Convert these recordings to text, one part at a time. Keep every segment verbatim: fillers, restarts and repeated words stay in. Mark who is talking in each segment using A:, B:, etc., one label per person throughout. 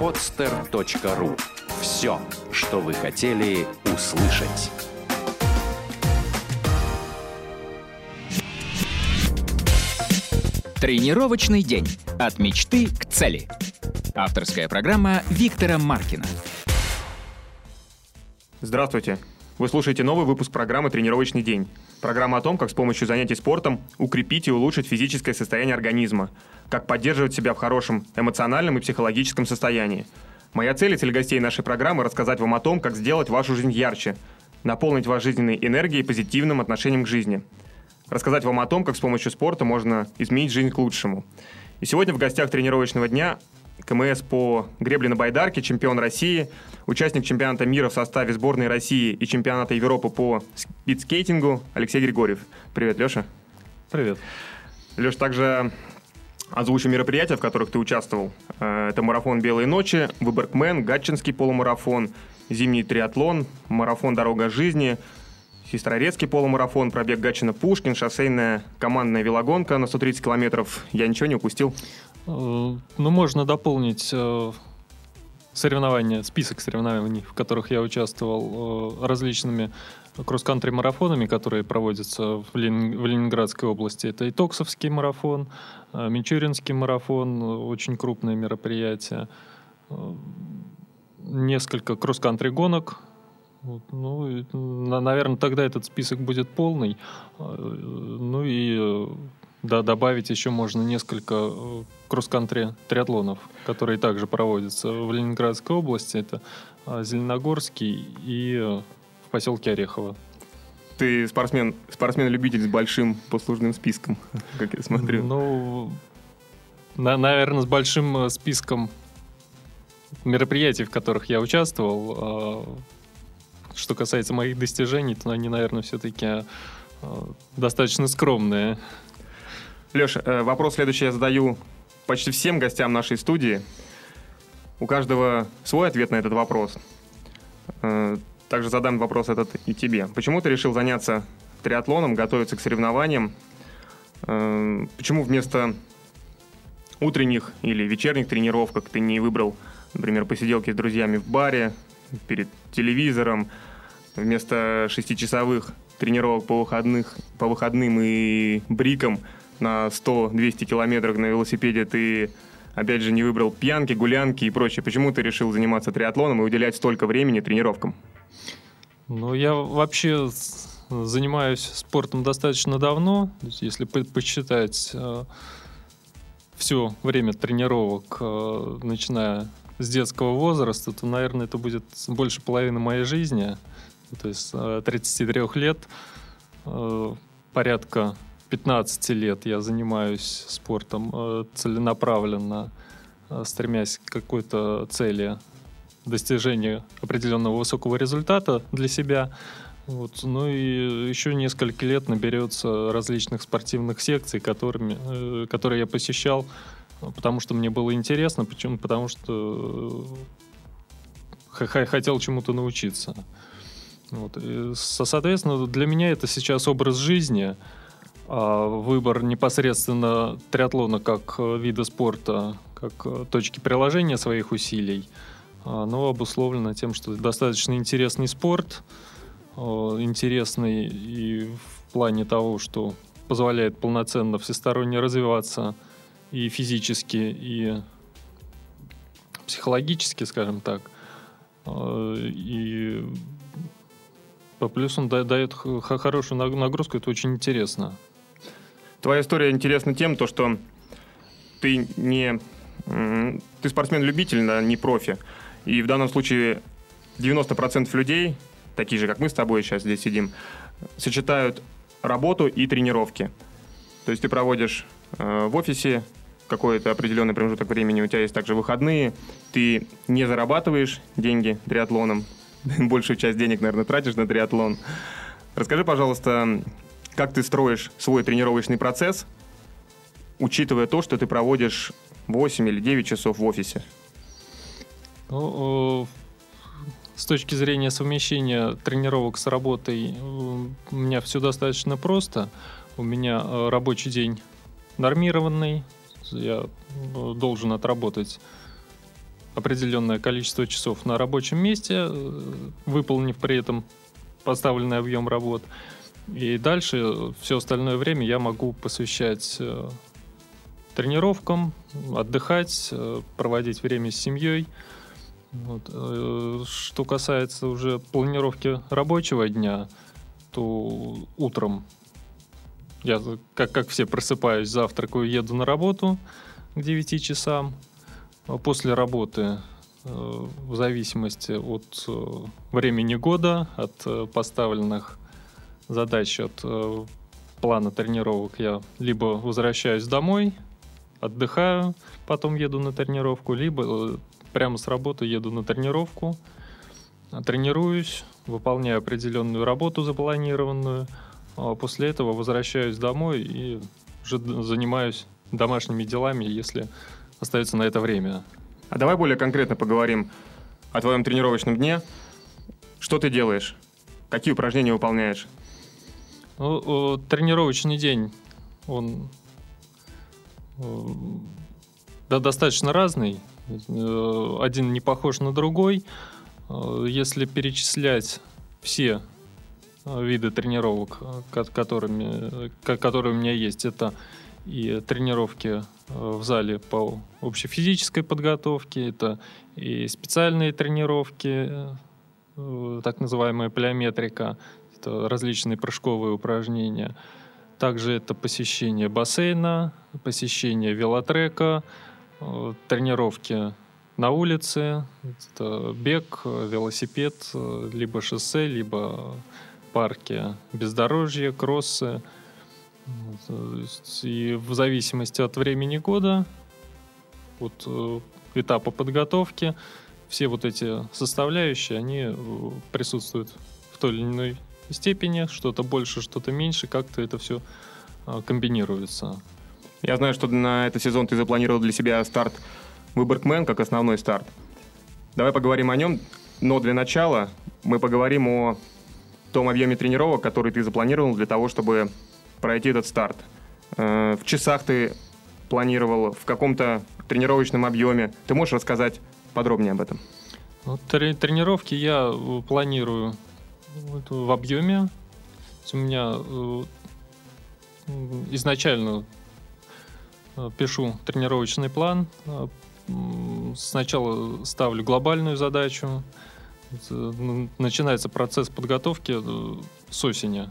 A: подстер точка ру. Все, что вы хотели услышать.
B: Тренировочный день. От мечты к цели. Авторская программа Виктора Маркина.
C: Здравствуйте. Вы слушаете новый выпуск программы «Тренировочный день». Программа о том, как с помощью занятий спортом укрепить и улучшить физическое состояние организма, как поддерживать себя в хорошем эмоциональном и психологическом состоянии. Моя цель и цель гостей нашей программы – рассказать вам о том, как сделать вашу жизнь ярче, наполнить вас жизненной энергией и позитивным отношением к жизни. Рассказать вам о том, как с помощью спорта можно изменить жизнь к лучшему. И сегодня в гостях тренировочного дня КМС по гребле на байдарке, чемпион России, участник чемпионата мира в составе сборной России и чемпионата Европы по спидскейтингу Алексей Григорьев. Привет, Леша.
D: Привет.
C: Леша, также озвучу мероприятия, в которых ты участвовал. Это марафон «Белые ночи», Выборгмен, Гатчинский полумарафон, зимний триатлон, марафон «Дорога жизни», Сестрорецкий полумарафон, пробег Гатчина-Пушкин, шоссейная командная велогонка на сто тридцать километров. Я ничего не упустил?
D: Ну, можно дополнить э, соревнования, список соревнований, в которых я участвовал, э, различными кросс-кантри марафонами, которые проводятся в, Лени- в Ленинградской области. Это и Токсовский марафон, э, Мичуринский марафон, очень крупное мероприятие, э, несколько кросс-кантри гонок. Вот, ну, и, на, наверное, тогда этот список будет полный. Ну и да, добавить еще можно несколько кросс-кантри триатлонов, которые также проводятся в Ленинградской области. Это Зеленогорский и в поселке Орехово.
C: Ты спортсмен, спортсмен-любитель с большим послужным списком, как я смотрю.
D: Ну, на, наверное, с большим списком мероприятий, в которых я участвовал. Что касается моих достижений, то они, наверное, все-таки э, достаточно скромные.
C: Леша, э, вопрос следующий я задаю почти всем гостям нашей студии. У каждого свой ответ на этот вопрос. Э, также задам вопрос этот и тебе. Почему ты решил заняться триатлоном, готовиться к соревнованиям? Э, почему вместо утренних или вечерних тренировок ты не выбрал, например, посиделки с друзьями в баре, перед телевизором, вместо шестичасовых тренировок по, выходных, по выходным и брикам на сто-двести километров на велосипеде ты, опять же, не выбрал пьянки, гулянки и прочее? Почему ты решил заниматься триатлоном и уделять столько времени тренировкам?
D: Ну, я вообще занимаюсь спортом достаточно давно. Если посчитать э, все время тренировок, э, начиная с детского возраста, то, наверное, это будет больше половины моей жизни. То есть тридцать три лет, порядка пятнадцать лет я занимаюсь спортом целенаправленно, стремясь к какой-то цели достижения определенного высокого результата для себя. Вот. Ну и еще несколько лет наберется различных спортивных секций, которыми, которые я посещал, потому что мне было интересно, почему? Потому что хотел чему-то научиться. Вот. И, соответственно, для меня это сейчас образ жизни. А выбор непосредственно триатлона как вида спорта, как точки приложения своих усилий, оно обусловлено тем, что это достаточно интересный спорт, интересный и в плане того, что позволяет полноценно всесторонне развиваться и физически, и психологически, скажем так. И по плюсу он дает хорошую нагрузку, это очень интересно.
C: Твоя история интересна тем, то, что ты не... Ты спортсмен-любитель, да, не профи. И в данном случае девяносто процентов людей, такие же, как мы с тобой сейчас здесь сидим, сочетают работу и тренировки. То есть ты проводишь э, в офисе какой-то определенный промежуток времени, у тебя есть также выходные, ты не зарабатываешь деньги триатлоном, большую часть денег, наверное, тратишь на триатлон. Расскажи, пожалуйста, как ты строишь свой тренировочный процесс, учитывая то, что ты проводишь восемь или девять часов в офисе?
D: Ну, с точки зрения совмещения тренировок с работой у меня все достаточно просто. У меня рабочий день нормированный. Я должен отработать определенное количество часов на рабочем месте, выполнив при этом поставленный объем работ. И дальше все остальное время я могу посвящать тренировкам, отдыхать, проводить время с семьей. Вот. Что касается уже планировки рабочего дня, то утром я, как, как все, просыпаюсь, завтракаю, еду на работу к девяти часам. После работы, в зависимости от времени года, от поставленных задач, от плана тренировок, я либо возвращаюсь домой, отдыхаю, потом еду на тренировку, либо прямо с работы еду на тренировку, тренируюсь, выполняю определенную работу запланированную, а после этого возвращаюсь домой и уже занимаюсь домашними делами, если остается на это время.
C: А давай более конкретно поговорим о твоем тренировочном дне. Что ты делаешь? Какие упражнения выполняешь?
D: Ну, тренировочный день, он да, достаточно разный. Один не похож на другой. Если перечислять все виды тренировок, которыми, которые у меня есть, это и тренировки в зале по общефизической подготовке, это и специальные тренировки, так называемая плеометрика, это различные прыжковые упражнения. Также это посещение бассейна, посещение велотрека, тренировки на улице, это бег, велосипед, либо шоссе, либо парки, бездорожье, кроссы. И в зависимости от времени года, от этапа подготовки, все вот эти составляющие, они присутствуют в той или иной степени, что-то больше, что-то меньше, как-то это все комбинируется.
C: Я знаю, что на этот сезон ты запланировал для себя старт Выборгмен как основной старт. Давай поговорим о нем, но для начала мы поговорим о том объеме тренировок, который ты запланировал для того, чтобы пройти этот старт. В часах ты планировал, в каком-то тренировочном объеме. Ты можешь рассказать подробнее об этом?
D: Вот, тренировки я планирую в объеме. У меня изначально пишу тренировочный план. Сначала ставлю глобальную задачу. Начинается процесс подготовки с осени.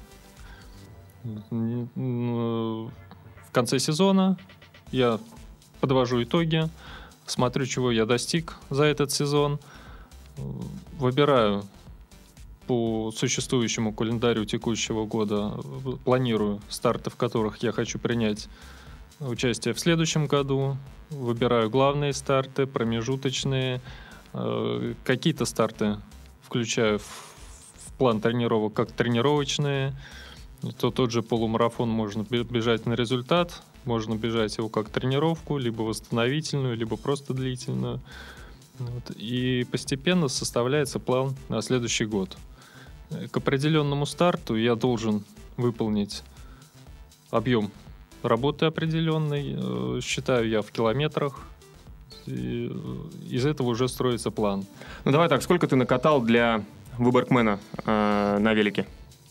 D: В конце сезона я подвожу итоги, смотрю, чего я достиг за этот сезон, выбираю по существующему календарю текущего года, планирую старты, в которых я хочу принять участие в следующем году, выбираю главные старты, промежуточные, какие-то старты включаю в, в план тренировок как тренировочные. То тот же полумарафон можно бежать на результат, можно бежать его как тренировку, либо восстановительную, либо просто длительную. Вот. И постепенно составляется план на следующий год. К определенному старту я должен выполнить объем работы определенный, считаю я в километрах. И из этого уже строится план.
C: Ну давай так, сколько ты накатал для Выборгмена э, на велике?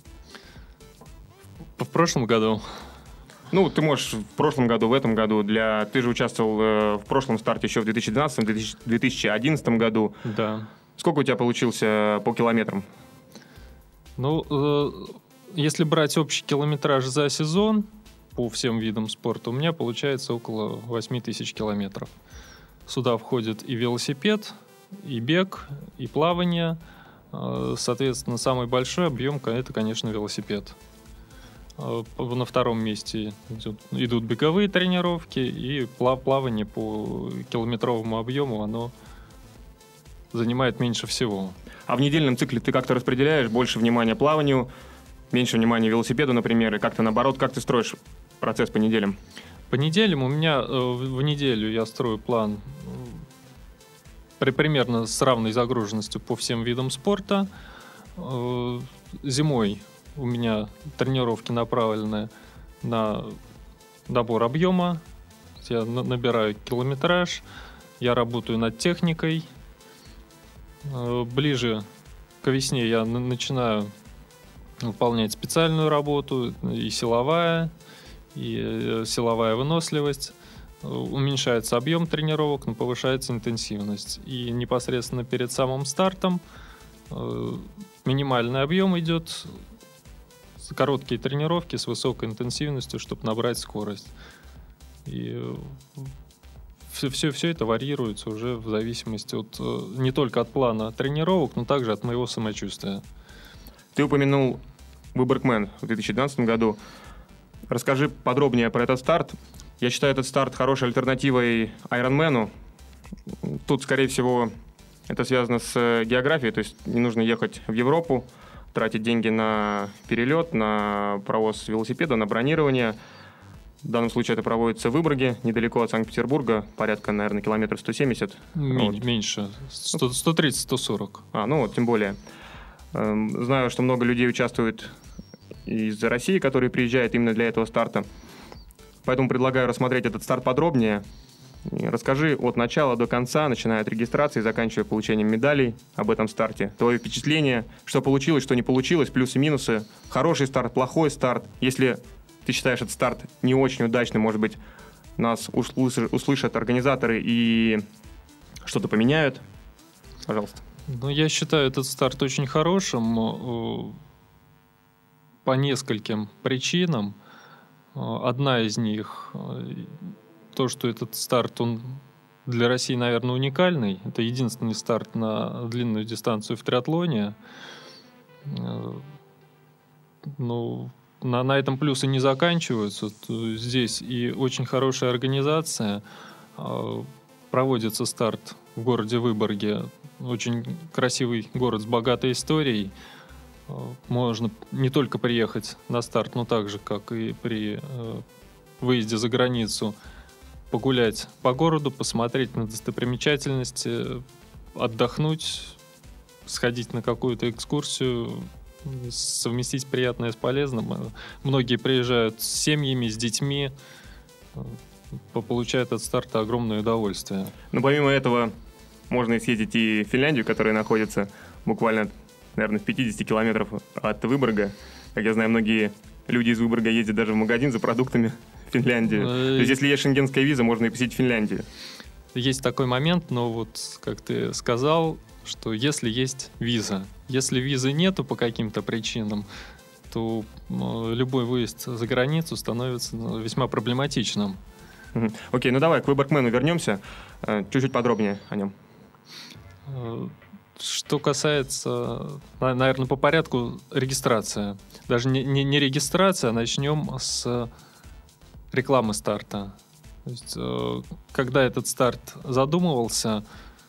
D: В прошлом году?
C: Ну, ты можешь в прошлом году, в этом году. Для... Ты же участвовал э, в прошлом старте еще в две тысячи двенадцатом — две тысячи одиннадцатом году.
D: Да.
C: Сколько у тебя получился по километрам?
D: Ну, э, если брать общий километраж за сезон по всем видам спорта, у меня получается около восемь тысяч километров. Сюда входит и велосипед, и бег, и плавание. Э, соответственно, самый большой объем — это, конечно, велосипед. На втором месте идут, идут беговые тренировки, и плавание по километровому объему оно занимает меньше всего.
C: А в недельном цикле ты как-то распределяешь больше внимания плаванию, меньше внимания велосипеду, например, и как-то наоборот, как ты строишь процесс по неделям?
D: По неделям у меня в неделю я строю план при примерно с равной загруженностью по всем видам спорта. Зимой у меня тренировки направлены на набор объема. Я набираю километраж, я работаю над техникой. Ближе к весне я начинаю выполнять специальную работу, и силовая, и силовая выносливость. Уменьшается объем тренировок, но повышается интенсивность. И непосредственно перед самым стартом минимальный объем идет, короткие тренировки с высокой интенсивностью, чтобы набрать скорость. И все, все, все это варьируется уже в зависимости от не только от плана тренировок, но также от моего самочувствия.
C: Ты упомянул Выборгмен в две тысячи двенадцатом году. Расскажи подробнее про этот старт. Я считаю этот старт хорошей альтернативой Ironman'у. Тут, скорее всего, это связано с географией, то есть не нужно ехать в Европу, тратить деньги на перелет, на провоз велосипеда, на бронирование. В данном случае это проводится в Выборге, недалеко от Санкт-Петербурга, порядка, наверное, километров сто семьдесят.
D: М-
C: вот.
D: Меньше, сто тридцать - сто сорок.
C: А, ну вот, тем более. Эм, знаю, что много людей участвует из России, которые приезжают именно для этого старта. Поэтому предлагаю рассмотреть этот старт подробнее. И расскажи от начала до конца, начиная от регистрации, заканчивая получением медалей об этом старте. Твое впечатление, что получилось, что не получилось, плюсы, минусы. Хороший старт, плохой старт. Если ты считаешь этот старт не очень удачным, может быть, нас услышат, услышат организаторы и что-то поменяют. Пожалуйста.
D: Ну, я считаю этот старт очень хорошим по нескольким причинам. Одна из них то, что этот старт, он для России, наверное, уникальный. Это единственный старт на длинную дистанцию в триатлоне. Ну, на, на этом плюсы не заканчиваются. Здесь и очень хорошая организация. Проводится старт в городе Выборге. Очень красивый город с богатой историей. Можно не только приехать на старт, но так же, как и при э, выезде за границу, погулять по городу, посмотреть на достопримечательности, отдохнуть, сходить на какую-то экскурсию, совместить приятное с полезным. Многие приезжают с семьями, с детьми, получают от старта огромное удовольствие.
C: Но помимо этого можно съездить и в Финляндию, которая находится буквально, наверное, в пятьдесят километров от Выборга. Как я знаю, многие люди из Выборга ездят даже в магазин за продуктами в Финляндию. То есть, если есть шенгенская виза, можно и посетить Финляндию.
D: Есть такой момент, но вот, как ты сказал, что если есть виза. Если визы нету по каким-то причинам, то ну, любой выезд за границу становится ну, весьма проблематичным.
C: Угу. Окей, ну давай к Выборгмену вернемся. Чуть-чуть подробнее о нем.
D: Что касается, наверное, по порядку регистрация. Даже не, не, не регистрация, а начнем с рекламы старта. То есть, когда этот старт задумывался,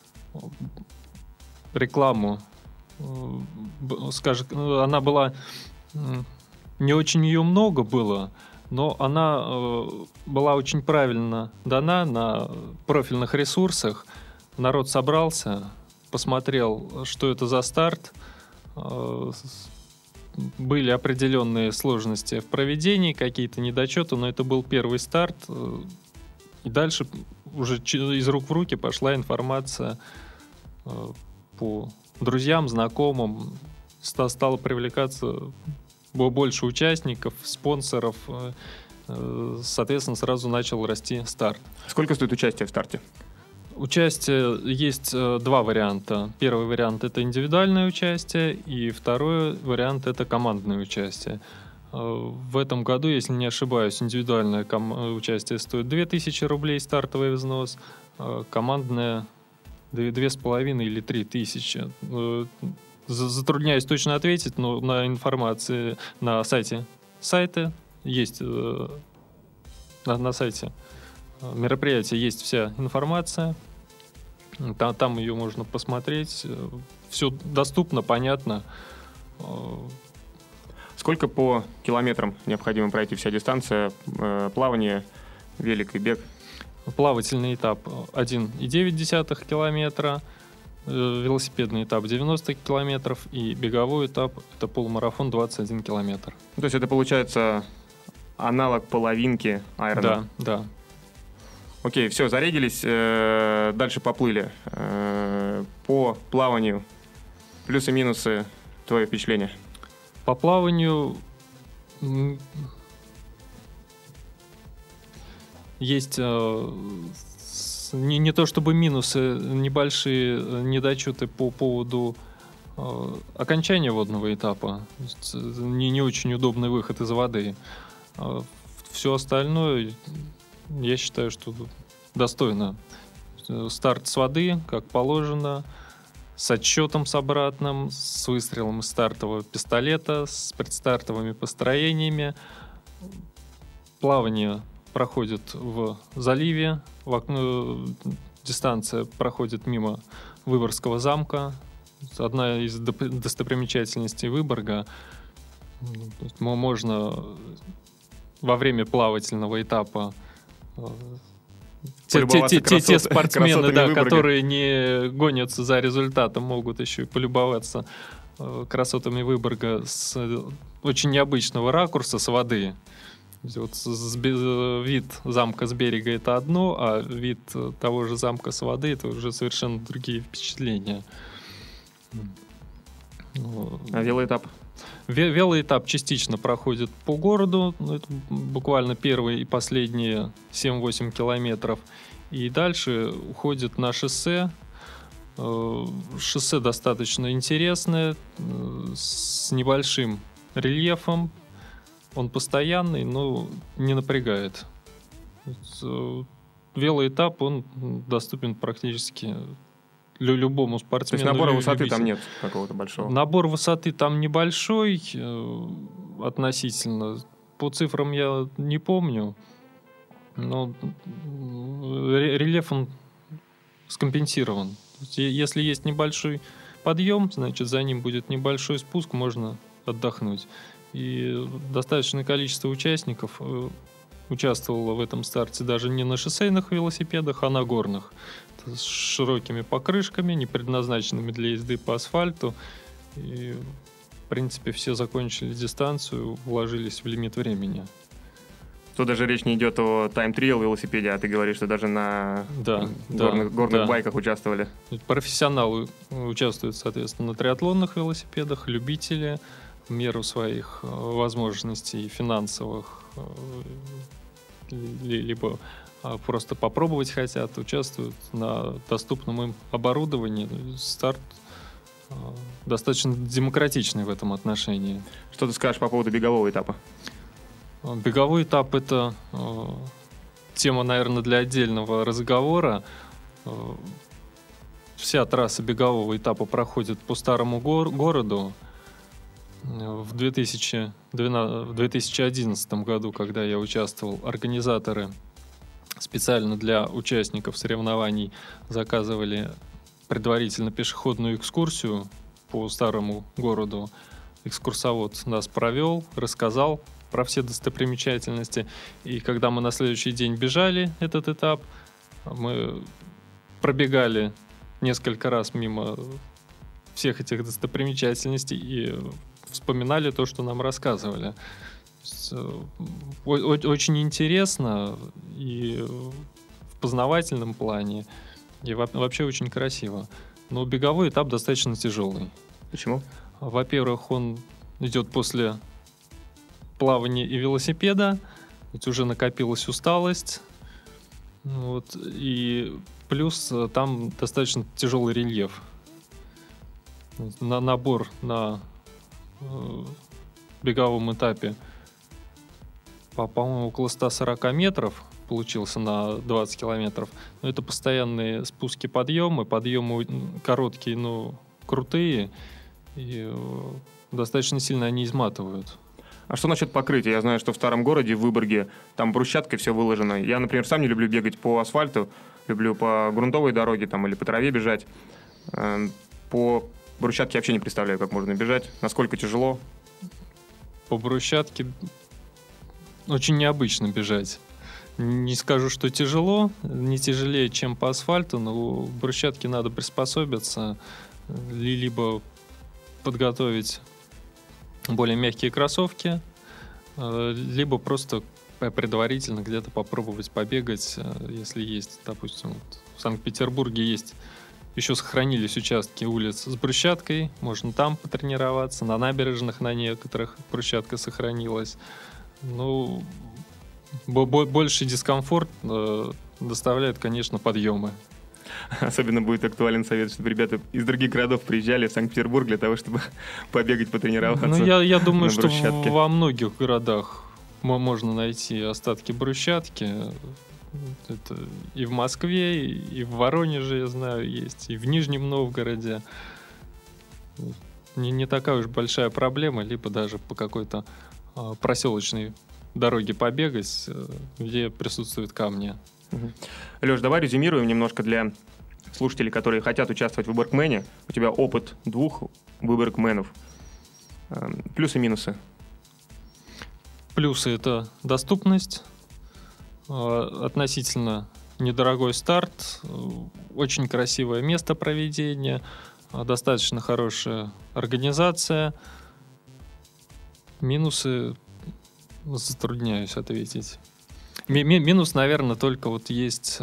D: рекламу, скажем, она была, не очень ее много было, но она была очень правильно дана на профильных ресурсах. Народ собрался, посмотрел, что это за старт. Были определенные сложности в проведении, какие-то недочеты, но это был первый старт. И дальше уже из рук в руки пошла информация по друзьям, знакомым. Стало привлекаться больше участников, спонсоров. Соответственно, сразу начал расти старт.
C: Сколько стоит участие в старте?
D: Участие есть два варианта. Первый вариант — это индивидуальное участие, и второй вариант — это командное участие. В этом году, если не ошибаюсь, индивидуальное ком- участие стоит две тысячи рублей, стартовый взнос, командное две с половиной или три тысячи. Затрудняюсь точно ответить, но на информации на сайте сайта есть на, на сайте мероприятия есть вся информация. Там, там ее можно посмотреть. Все доступно, понятно.
C: Сколько по километрам необходимо пройти вся дистанция? Плавание, велик и бег?
D: Плавательный этап один и девять десятых километра, велосипедный этап девяносто километров и беговой этап — это полумарафон двадцать один километр.
C: То есть это получается аналог половинки Ironman?
D: Да, да.
C: Окей, все, зарядились, э, дальше поплыли. Э, по плаванию плюсы-минусы, твое впечатление?
D: По плаванию м, есть э, с- не, не то чтобы минусы, небольшие э, недочеты по поводу э, окончания водного этапа. То есть, э, Не, не очень удобный выход из воды. Все остальное, я считаю, что достойно. Э, Старт с воды, как положено, с отсчетом с обратным, с выстрелом из стартового пистолета, с предстартовыми построениями. Плавание проходит в заливе, в окно- дистанция проходит мимо Выборгского замка. Одна из доп- достопримечательностей Выборга. М, то есть мо- Можно во время плавательного этапа э, те, те-
C: Полюбоваться
D: те- те- те
C: красот-
D: спортсмены,
C: красотами
D: да,
C: Выборга.
D: которые не гонятся за результатом, могут еще и полюбоваться э, красотами Выборга с э, очень необычного ракурса, с воды. То есть вот с- с бе- э, вид замка с берега — это одно, а вид э, того же замка с воды — это уже совершенно другие впечатления. Ну,
C: А велоэтап?
D: Ве- Велоэтап частично проходит по городу, ну, это буквально первые и последние семь-восемь километров, и дальше уходит на шоссе. Э, Шоссе достаточно интересное, э, с небольшим рельефом, он постоянный, но не напрягает. Э, Велоэтап, он доступен практически лю- любому
C: То есть
D: спортсмену.
C: набора
D: лю-
C: высоты там
D: любителю.
C: нет какого-то большого?
D: Набор высоты там небольшой э, относительно. По цифрам я не помню, но м, ре- рельеф он скомпенсирован. То есть, е- если есть небольшой подъем, значит за ним будет небольшой спуск, можно отдохнуть. И достаточное количество участников э, участвовало в этом старте даже не на шоссейных велосипедах, а на горных. Это с широкими покрышками, не предназначенными для езды по асфальту. И, в принципе, все закончили дистанцию, вложились в лимит времени.
C: Тут даже речь не идет о тайм-триал велосипеде, а ты говоришь, что даже на
D: Да,
C: горных,
D: да,
C: горных
D: да.
C: байках участвовали.
D: Профессионалы участвуют, соответственно, на триатлонных велосипедах, любители в меру своих э, возможностей финансовых, э, ли- либо а, просто попробовать хотят, участвуют на доступном им оборудовании. Старт э, достаточно демократичный в этом отношении.
C: Что ты скажешь по поводу бегового этапа?
D: Беговой этап — это э, тема, наверное, для отдельного разговора. Э, Вся трасса бегового этапа проходит по старому гор- городу. Э, В две тысячи двенадцатом, в две тысячи одиннадцатом году, когда я участвовал, организаторы специально для участников соревнований заказывали предварительно пешеходную экскурсию по старому городу. Экскурсовод нас провел, рассказал про все достопримечательности. И когда мы на следующий день бежали этот этап, мы пробегали несколько раз мимо всех этих достопримечательностей и вспоминали то, что нам рассказывали. То есть, э, о- о- очень интересно и в познавательном плане, и во- вообще очень красиво. Но беговой этап достаточно тяжелый.
C: Почему?
D: Во-первых, он идет после плавания и велосипеда, ведь уже накопилась усталость. Вот, и плюс э, там достаточно тяжелый рельеф. На набор на э, беговом этапе по- по-моему, около ста сорока метров получился на двадцать километров. Но это постоянные спуски, подъемы. Подъемы м, короткие, но крутые. И э, достаточно сильно они изматывают.
C: А что насчет покрытия? Я знаю, что в старом городе, в Выборге, там брусчаткой все выложено. Я, например, сам не люблю бегать по асфальту, люблю по грунтовой дороге там, или по траве бежать. Эм, По брусчатке вообще не представляю, как можно бежать, насколько тяжело.
D: По брусчатке очень необычно бежать. Не скажу, что тяжело, не тяжелее, чем по асфальту, но у брусчатки надо приспособиться, ли- либо подготовить более мягкие кроссовки, э, либо просто предварительно где-то попробовать побегать, если есть, допустим, вот в Санкт-Петербурге есть, еще сохранились участки улиц с брусчаткой, можно там потренироваться, на набережных на некоторых брусчатка сохранилась. Ну, больший дискомфорт э, доставляют, конечно, подъемы.
C: Особенно будет актуален совет, чтобы ребята из других городов приезжали в Санкт-Петербург для того, чтобы побегать, потренироваться.
D: Ну, я, я думаю,
C: на
D: что
C: брусчатке.
D: во многих городах можно найти остатки брусчатки. Это и в Москве, и в Воронеже, я знаю, есть, и в Нижнем Новгороде. Не, не такая уж большая проблема, либо даже по какой-то а, проселочной дороге побегать, где присутствуют камни.
C: Угу. Леш, давай резюмируем немножко для слушателей, которые хотят участвовать в выборкмене. У тебя опыт двух выборкменов. Плюсы и минусы.
D: Плюсы — это доступность, относительно недорогой старт, очень красивое место проведения, достаточно хорошая организация. Минусы затрудняюсь ответить. Ми- минус, наверное, только вот есть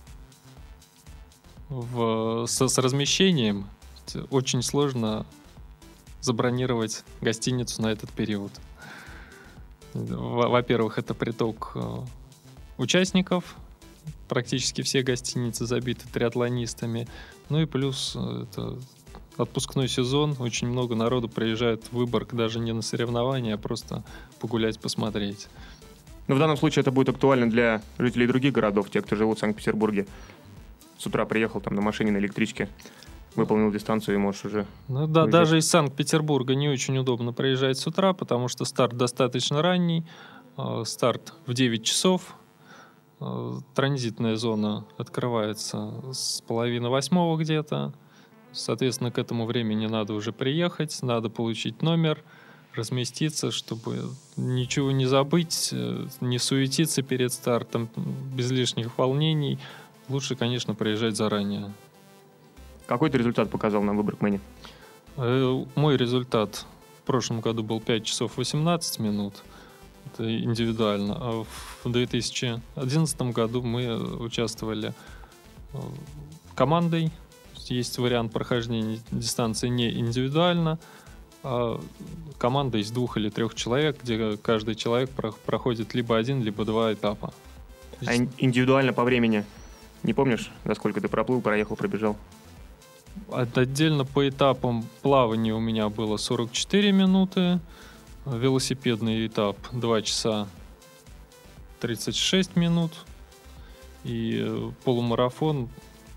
D: в, с, с размещением. Очень сложно забронировать гостиницу на этот период. Во-первых, это приток участников. Практически все гостиницы забиты триатлонистами. Ну и плюс это отпускной сезон. Очень много народу приезжает в Выборг даже не на соревнования, а просто погулять, посмотреть.
C: Но в данном случае это будет актуально для жителей других городов, те, кто живут в Санкт-Петербурге. С утра приехал там на машине, на электричке, выполнил дистанцию и можешь уже...
D: Ну да,
C: уезжать.
D: даже из Санкт-Петербурга не очень удобно приезжать с утра, потому что старт достаточно ранний. Старт в девять часов. Транзитная зона открывается с половины восьмого где-то. Соответственно, к этому времени надо уже приехать, надо получить номер, разместиться, чтобы ничего не забыть, не суетиться перед стартом, без лишних волнений. Лучше, конечно, приезжать заранее.
C: Какой ты результат показал на выборкмене?
D: Мой результат в прошлом году был пять часов восемнадцать минут. Это индивидуально. А в две тысячи одиннадцатом году мы участвовали командой. Есть вариант прохождения дистанции не индивидуально, а команда из двух или трех человек, где каждый человек проходит либо один, либо два этапа.
C: А индивидуально по времени не помнишь, за сколько ты проплыл, проехал, пробежал?
D: Отдельно по этапам плавания у меня было сорок четыре минуты, велосипедный этап два часа тридцать шесть минут и полумарафон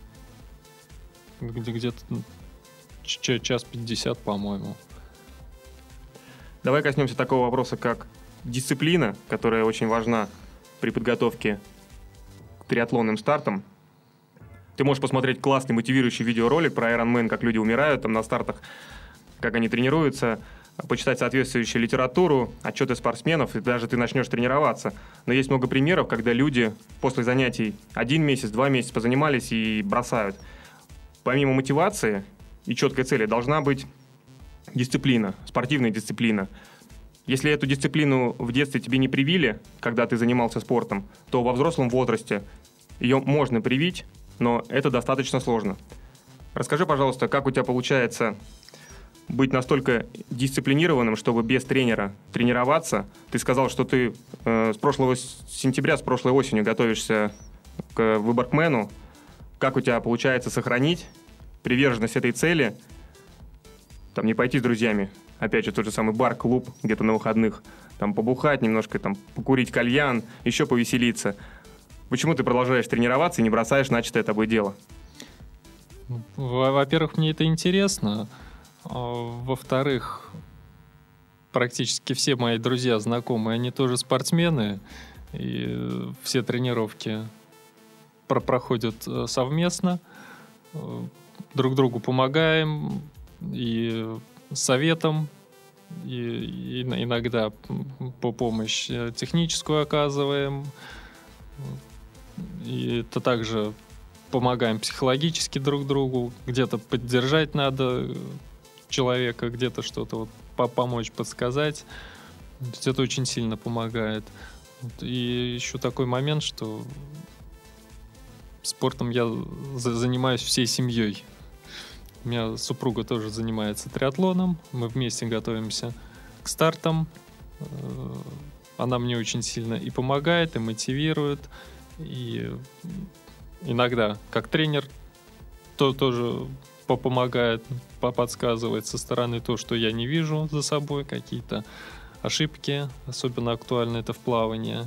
D: где- где-то час пятьдесят, по-моему.
C: Давай коснемся такого вопроса, как дисциплина, которая очень важна при подготовке к триатлонным стартам. Ты можешь посмотреть классный мотивирующий видеоролик про Ironman, как люди умирают там на стартах, как они тренируются, почитать соответствующую литературу, отчеты спортсменов, и даже ты начнешь тренироваться. Но есть много примеров, когда люди после занятий один месяц, два месяца позанимались и бросают. Помимо мотивации и четкой цели должна быть дисциплина, спортивная дисциплина. Если эту дисциплину в детстве тебе не привили, когда ты занимался спортом, то во взрослом возрасте ее можно привить, но это достаточно сложно. Расскажи, пожалуйста, как у тебя получается быть настолько дисциплинированным, чтобы без тренера тренироваться? Ты сказал, что ты э, с прошлого сентября, с прошлой осенью готовишься к выборкмену. Как у тебя получается сохранить приверженность этой цели, там, не пойти с друзьями, опять же, тот же самый бар, клуб где-то на выходных, там, побухать немножко, там, покурить кальян, еще повеселиться. Почему ты продолжаешь тренироваться и не бросаешь начатое тобой дело?
D: Во-первых, мне это интересно. Во-вторых, практически все мои друзья, знакомые, они тоже спортсмены, и все тренировки про- проходят совместно, друг другу помогаем, и советом, и, и иногда по помощь техническую оказываем, и это также помогаем психологически друг другу, где-то поддержать надо человека, где-то что-то вот помочь, подсказать. То есть это очень сильно помогает. Вот. И еще такой момент, что спортом я за- занимаюсь всей семьей. У меня супруга тоже занимается триатлоном. Мы вместе готовимся к стартам. Э, Она мне очень сильно и помогает, и мотивирует. И иногда, как тренер, то тоже по- помогает, по- подсказывает со стороны то, что я не вижу за собой, какие-то ошибки. Особенно актуально это в плавании.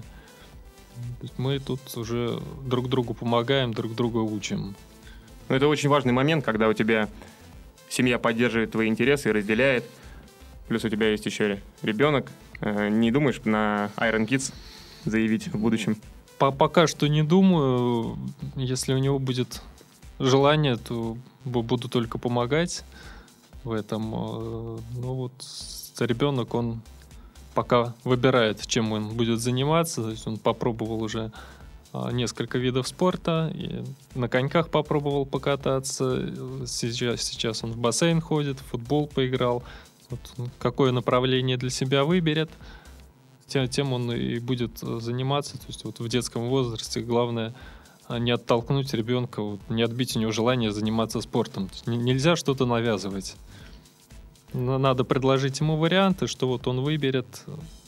D: То есть мы тут уже друг другу помогаем, друг друга учим.
C: Но это очень важный момент, когда у тебя семья поддерживает твои интересы и разделяет. Плюс у тебя есть еще ребенок. Э, Не думаешь на Iron Kids заявить в будущем?
D: По- Пока что не думаю. Если у него будет желание, то бу- буду только помогать в этом. Э, Ну вот ребенок, он пока выбирает, чем он будет заниматься. То есть он попробовал уже а, несколько видов спорта. И на коньках попробовал покататься. Сейчас, сейчас он в бассейн ходит, в футбол поиграл. Вот он какое направление для себя выберет, тем, тем он и будет э, заниматься. То есть вот в детском возрасте главное а, не оттолкнуть ребенка, вот, не отбить у него желание заниматься спортом. То есть н- нельзя что-то навязывать. Но надо предложить ему варианты, что вот он выберет, э,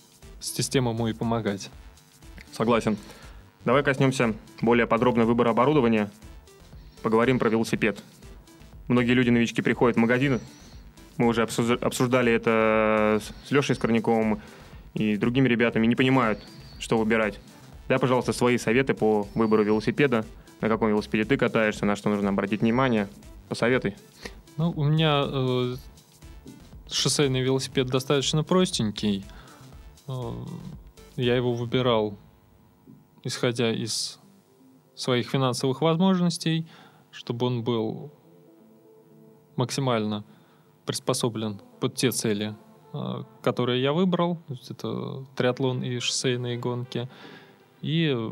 D: с тем ему и помогать.
C: Согласен. Давай коснемся более подробно выбора оборудования. Поговорим про велосипед. Многие люди-новички приходят в магазин. Мы уже обсуж- обсуждали это с Лешей Скорняковым и другими ребятами. Не понимают, что выбирать. Дай, пожалуйста, свои советы по выбору велосипеда. На каком велосипеде ты катаешься, на что нужно обратить внимание. Посоветуй.
D: Ну, у меня э, шоссейный велосипед достаточно простенький. Э, я его выбирал, исходя из своих финансовых возможностей, чтобы он был максимально приспособлен под те цели, э, которые я выбрал. То есть это триатлон и шоссейные гонки. И э,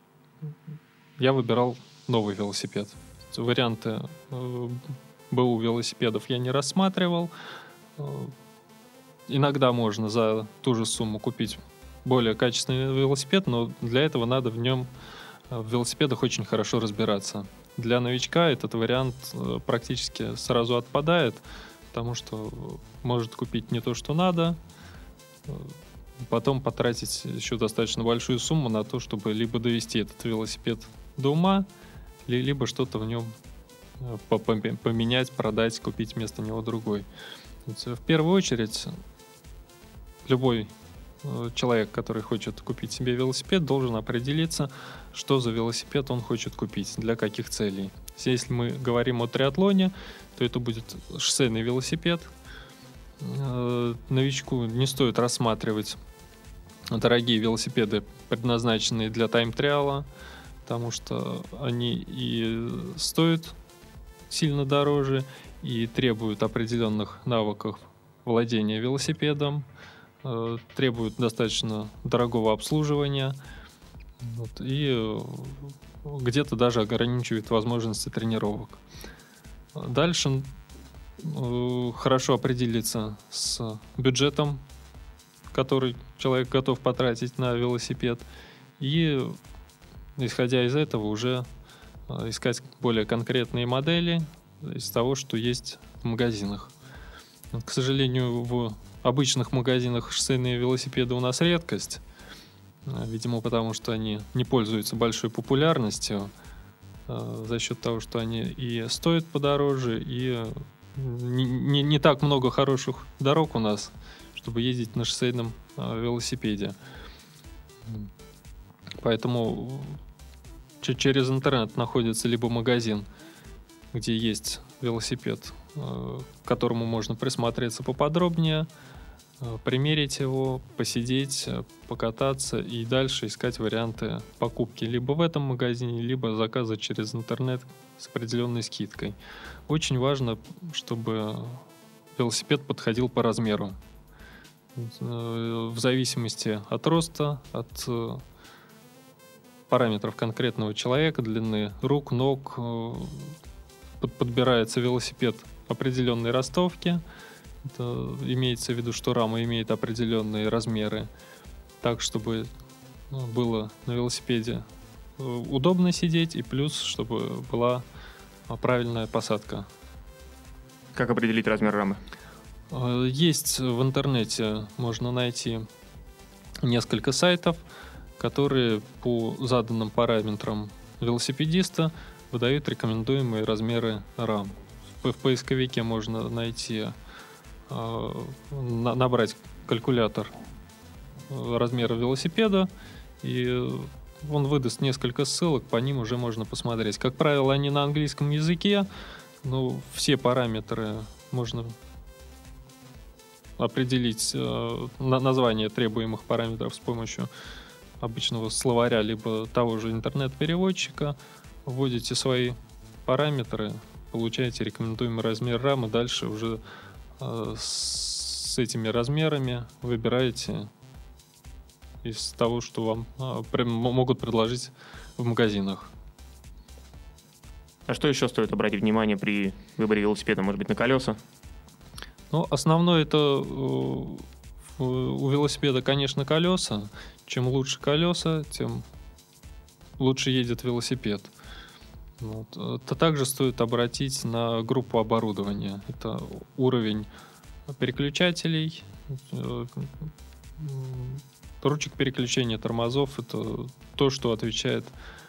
D: я выбирал новый велосипед. Варианты э, БУ велосипедов я не рассматривал. Э, Иногда можно за ту же сумму купить более качественный велосипед, но для этого надо в нем, э, в велосипедах очень хорошо разбираться. Для новичка этот вариант э, практически сразу отпадает, потому что может купить не то, что надо, э, потом потратить еще достаточно большую сумму на то, чтобы либо довести этот велосипед до ума, ли- либо что-то в нем э, по- пом- поменять, продать, купить вместо него другой. Вот, э, В первую очередь, любой э, человек, который хочет купить себе велосипед, должен определиться, что за велосипед он хочет купить, для каких целей. Если мы говорим о триатлоне, то это будет шоссейный велосипед. Э, Новичку не стоит рассматривать дорогие велосипеды, предназначенные для тайм-триала, потому что они и стоят сильно дороже, и требуют определенных навыков владения велосипедом, э, требуют достаточно дорогого обслуживания, вот, и э, где-то даже ограничивают возможности тренировок. Дальше э, хорошо определиться с бюджетом, который человек готов потратить на велосипед, и, исходя из этого, уже э, искать более конкретные модели из того, что есть в магазинах. Вот, к сожалению, в обычных магазинах шоссейные велосипеды у нас редкость. Э, Видимо, потому что они не пользуются большой популярностью э, за счет того, что они и стоят подороже, и э, не, не- не так много хороших дорог у нас, чтобы ездить на шоссейном э, велосипеде. Поэтому че- через интернет находится либо магазин, где есть велосипед, э, к которому можно присмотреться поподробнее, э, примерить его, посидеть, э, покататься и дальше искать варианты покупки либо в этом магазине, либо заказа через интернет с определенной скидкой. Очень важно, чтобы велосипед подходил по размеру. Э, В зависимости от роста, от э, параметров конкретного человека, длины рук, ног, э, под- подбирается велосипед определенной ростовки. Это имеется в виду, что рама имеет определенные размеры, так, чтобы было на велосипеде удобно сидеть, и плюс, чтобы была правильная посадка.
C: Как определить размер рамы?
D: Есть в интернете, можно найти несколько сайтов, которые по заданным параметрам велосипедиста выдают рекомендуемые размеры рам. В поисковике можно найти, набрать калькулятор размера велосипеда, и он выдаст несколько ссылок, по ним уже можно посмотреть. Как правило, они на английском языке, но все параметры можно определить, название требуемых параметров с помощью обычного словаря, либо того же интернет-переводчика. Вводите свои параметры, получаете рекомендуемый размер рамы, дальше уже с этими размерами выбираете из того, что вам а, могут предложить в магазинах.
C: А что еще стоит обратить внимание при выборе велосипеда? Может быть, на колеса?
D: Ну, основное это у велосипеда, конечно, колеса. Чем лучше колеса, тем лучше едет велосипед. Вот. Это также стоит обратить на группу оборудования. Это уровень переключателей, ручек переключения тормозов. Это то, что отвечает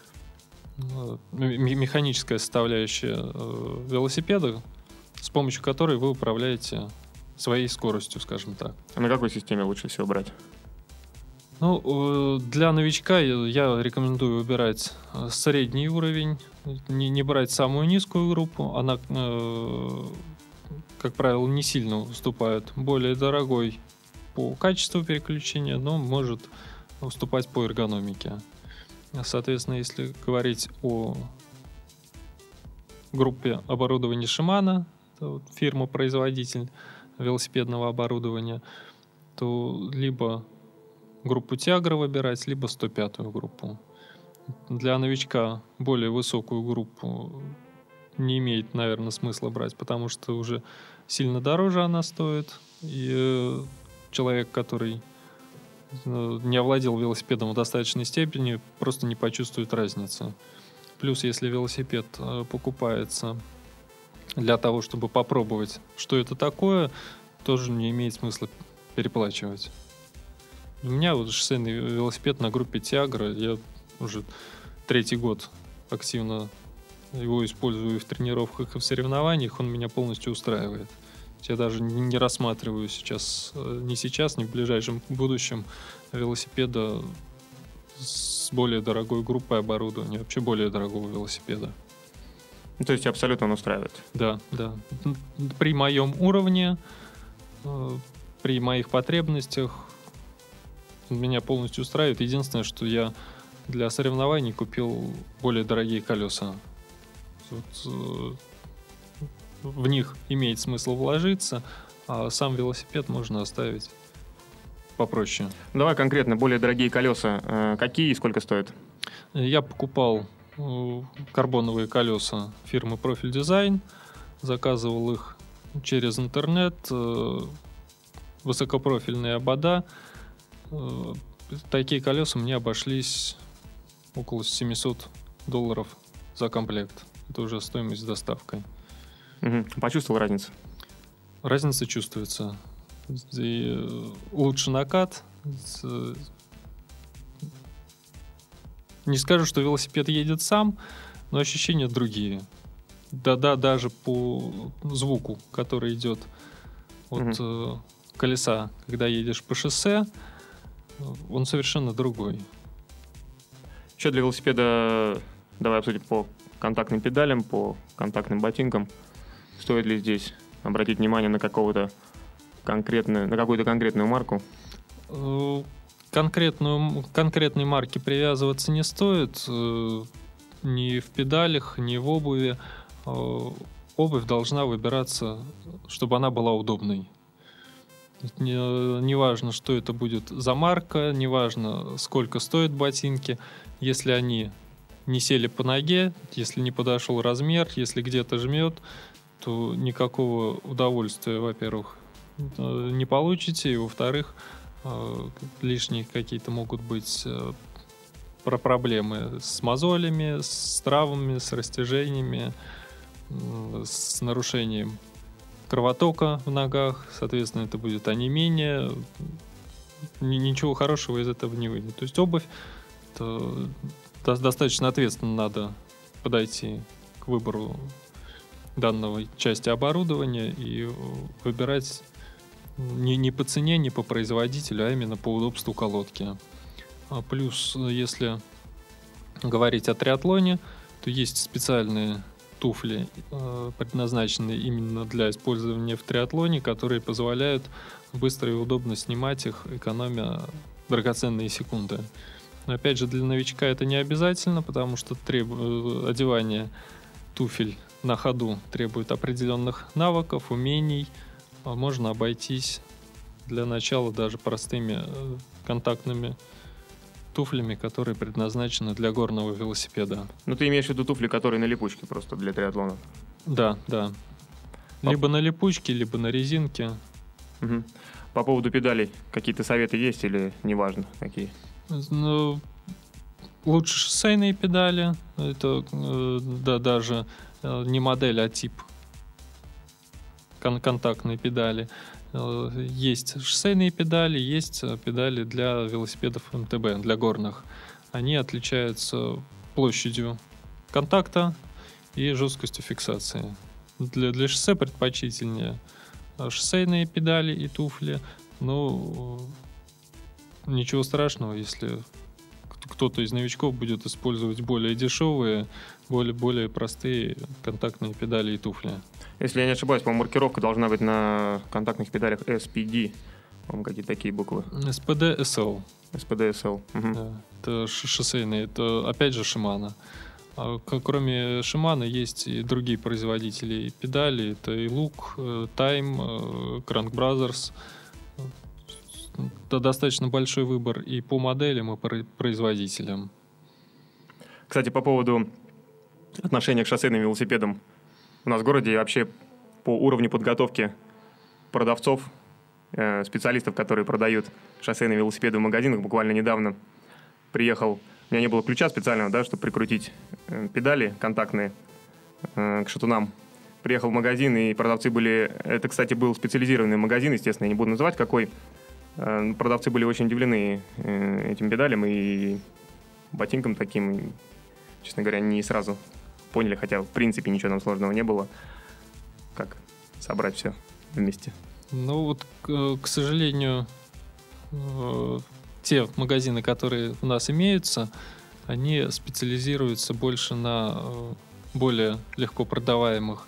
D: механическая составляющая велосипеда, с помощью которой вы управляете своей скоростью, скажем так.
C: А на какой системе лучше всего брать?
D: Ну, для новичка я рекомендую выбирать средний уровень, не, не брать самую низкую группу. Она, как правило, не сильно уступает более дорогой по качеству переключения, но может уступать по эргономике. Соответственно, если говорить о группе оборудования Shimano, фирма-производитель велосипедного оборудования, то либо группу Tiagra выбирать, либо сто пятую группу. Для новичка более высокую группу не имеет, наверное, смысла брать, потому что уже сильно дороже она стоит. И человек, который не овладел велосипедом в достаточной степени, просто не почувствует разницы. Плюс, если велосипед покупается для того, чтобы попробовать, что это такое, тоже не имеет смысла переплачивать. У меня вот шоссейный велосипед на группе Tiagra. Я уже третий год активно его использую и в тренировках, и в соревнованиях. Он меня полностью устраивает. Я даже не рассматриваю сейчас, ни сейчас, ни в ближайшем будущем велосипеда с более дорогой группой оборудования, вообще более дорогого велосипеда.
C: То есть абсолютно он устраивает?
D: Да, да. При моем уровне, при моих потребностях меня полностью устраивает. Единственное, что я для соревнований купил более дорогие колеса. Вот, в них имеет смысл вложиться, а сам велосипед можно оставить попроще.
C: Давай конкретно, более дорогие колеса. Какие и сколько стоят?
D: Я покупал карбоновые колеса фирмы Profil Design, заказывал их через интернет, высокопрофильные обода. Такие колеса мне обошлись около семьсот долларов за комплект. Это уже стоимость с доставкой.
C: Угу. Почувствовал разницу?
D: Разница чувствуется. И лучше накат. Не скажу, что велосипед едет сам, но ощущения другие. Да-да, даже по звуку, который идет от угу. колеса, когда едешь по шоссе, он совершенно другой.
C: Еще для велосипеда давай обсудим по контактным педалям, по контактным ботинкам. Стоит ли здесь обратить внимание на какого-то конкретную, на какую-то конкретную марку?
D: Конкретную, конкретной марки привязываться не стоит. Ни в педалях, ни в обуви. Обувь должна выбираться, чтобы она была удобной. Не, не важно, что это будет за марка, не важно, сколько стоят ботинки. Если они не сели по ноге, если не подошел размер, если где-то жмет, то никакого удовольствия, во-первых, не получите, и, во-вторых, лишние какие-то могут быть про проблемы с мозолями, с травмами, с растяжениями, с нарушением кровотока в ногах, соответственно, это будет онемение. Ничего хорошего из этого не выйдет. То есть обувь, то достаточно ответственно надо подойти к выбору данной части оборудования и выбирать не, не по цене, не по производителю, а именно по удобству колодки. А плюс, если говорить о триатлоне, то есть специальные туфли, предназначенные именно для использования в триатлоне, которые позволяют быстро и удобно снимать их, экономя драгоценные секунды. Но опять же, для новичка это не обязательно, потому что треб... одевание туфель на ходу требует определенных навыков, умений. Можно обойтись для начала даже простыми контактными туфлями, которые предназначены для горного велосипеда.
C: Ну, ты имеешь в виду туфли, которые на липучке просто для триатлона?
D: Да, да. Либо на липучке, либо на резинке.
C: Угу. По поводу педалей какие-то советы есть или неважно какие?
D: Ну, лучше шоссейные педали. Это э, да, даже э, не модель, а тип кон- контактной педали. Э, есть шоссейные педали, есть педали для велосипедов эм тэ бэ, для горных. Они отличаются площадью контакта и жесткостью фиксации. Для, для шоссе предпочтительнее шоссейные педали и туфли, но ничего страшного, если кто-то из новичков будет использовать более дешевые, более, более простые контактные педали и туфли.
C: Если я не ошибаюсь, по-моему, маркировка должна быть на контактных педалях эс пи ди. По-моему, какие-то такие буквы.
D: эс пи ди эс эл.
C: эс пи ди эс эл. Угу.
D: Да, это шоссейные, это опять же Shimano. А кроме Shimano есть и другие производители педалей. Это и Look, Time, Crank Brothers. Это достаточно большой выбор и по моделям, и по производителям.
C: Кстати, по поводу отношения к шоссейным велосипедам. У нас в городе и вообще по уровню подготовки продавцов, э, специалистов, которые продают шоссейные велосипеды в магазинах, буквально недавно приехал. У меня не было ключа специального, да, чтобы прикрутить э, педали контактные э, к шатунам. Приехал в магазин, и продавцы были... Это, кстати, был специализированный магазин, естественно, я не буду называть какой. Э, продавцы были очень удивлены э, этим педалям и ботинкам таким. И, честно говоря, не сразу поняли, хотя, в принципе, ничего там сложного не было. Как собрать все вместе.
D: Ну вот, к, к сожалению... Э... Те магазины, которые у нас имеются, они специализируются больше на более легко продаваемых,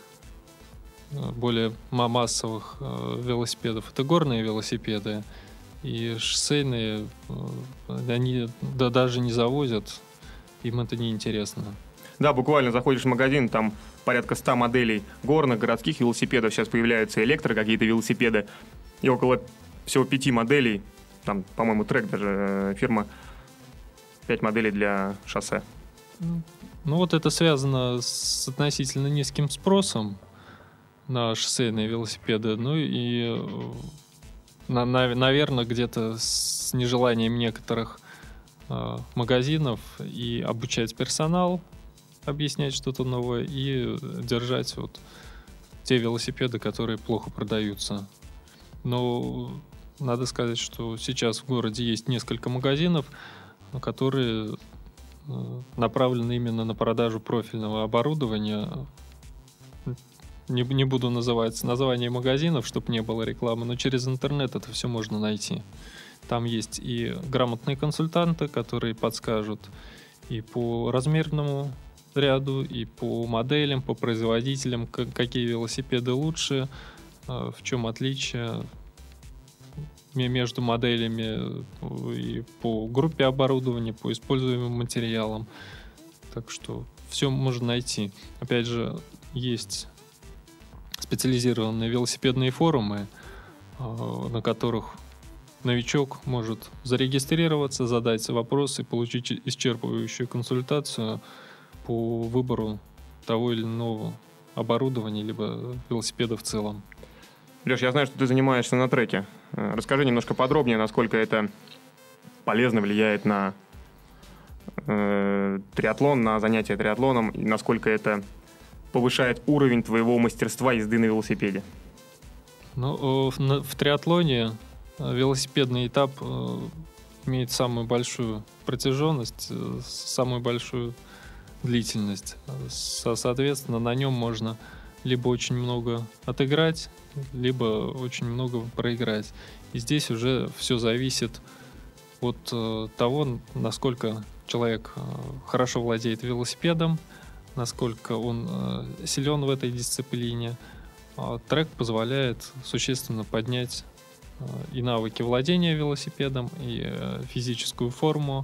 D: более массовых велосипедов. Это горные велосипеды, и шоссейные они да, даже не завозят, им это не интересно. Да,
C: буквально заходишь в магазин, там порядка ста моделей горных, городских велосипедов, сейчас появляются электро какие-то велосипеды, и около всего пяти моделей. Там, по-моему, трек даже фирма, пять моделей для шоссе.
D: Ну вот это связано с относительно низким спросом на шоссейные велосипеды. Ну и, на, на, наверное, где-то с нежеланием некоторых э, магазинов и обучать персонал, объяснять что-то новое, и держать вот те велосипеды, которые плохо продаются. Но... Надо сказать, что сейчас в городе есть несколько магазинов, которые направлены именно на продажу профильного оборудования. Не, не буду называть название магазинов, чтобы не было рекламы, но через интернет это все можно найти. Там есть и грамотные консультанты, которые подскажут и по размерному ряду, и по моделям, по производителям, какие велосипеды лучше, в чем отличие между моделями и по группе оборудования, по используемым материалам. Так что все можно найти. Опять же, есть специализированные велосипедные форумы, на которых новичок может зарегистрироваться, задать вопрос и получить исчерпывающую консультацию по выбору того или иного оборудования, либо велосипеда в целом.
C: Леш, я знаю, что ты занимаешься на треке. Расскажи немножко подробнее, насколько это полезно влияет на э, триатлон, на занятия триатлоном, и насколько это повышает уровень твоего мастерства езды на велосипеде?
D: Ну, в, в триатлоне велосипедный этап имеет самую большую протяженность, самую большую длительность. Соответственно, на нем можно либо очень много отыграть, либо очень много проиграть. И здесь уже все зависит от того, насколько человек хорошо владеет велосипедом, насколько он силен в этой дисциплине. Трек позволяет существенно поднять и навыки владения велосипедом, и физическую форму.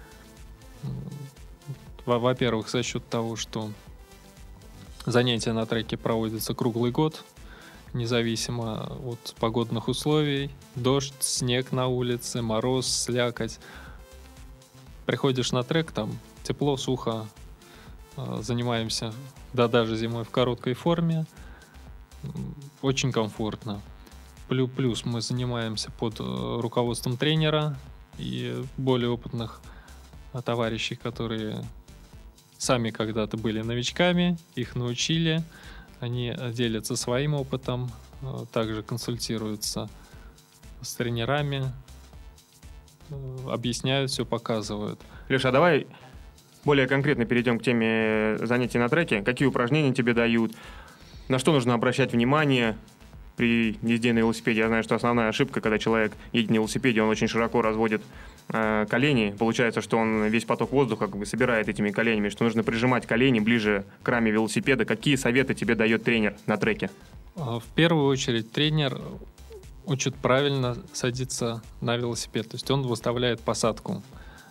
D: Во-первых, за счет того, что занятия на треке проводятся круглый год, независимо от погодных условий. Дождь, снег на улице, мороз, слякоть. Приходишь на трек, там тепло, сухо, занимаемся, да даже зимой в короткой форме. Очень комфортно. Плюс мы занимаемся под руководством тренера и более опытных товарищей, которые сами когда-то были новичками, их научили, они делятся своим опытом, также консультируются с тренерами, объясняют все, показывают.
C: Леша, а давай более конкретно перейдем к теме занятий на треке. Какие упражнения тебе дают? На что нужно обращать внимание при езде на велосипеде? Я знаю, что основная ошибка, когда человек едет на велосипеде, он очень широко разводит э, колени. Получается, что он весь поток воздуха как бы собирает этими коленями, что нужно прижимать колени ближе к раме велосипеда. Какие советы тебе дает тренер на треке?
D: В первую очередь тренер учит правильно садиться на велосипед. То есть он выставляет посадку,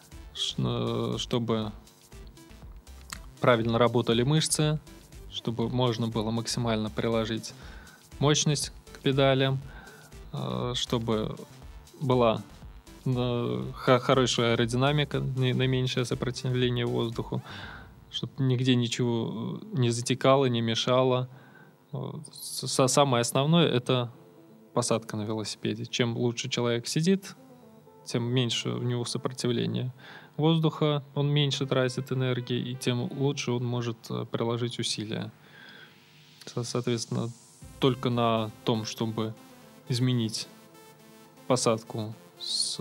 D: чтобы правильно работали мышцы, чтобы можно было максимально приложить мощность к педалям, чтобы была хорошая аэродинамика, наименьшее сопротивление воздуху, чтобы нигде ничего не затекало, не мешало. Самое основное — это посадка на велосипеде. Чем лучше человек сидит, тем меньше у него сопротивление воздуха, он меньше тратит энергии, и тем лучше он может приложить усилия. Соответственно, только на том, чтобы изменить посадку с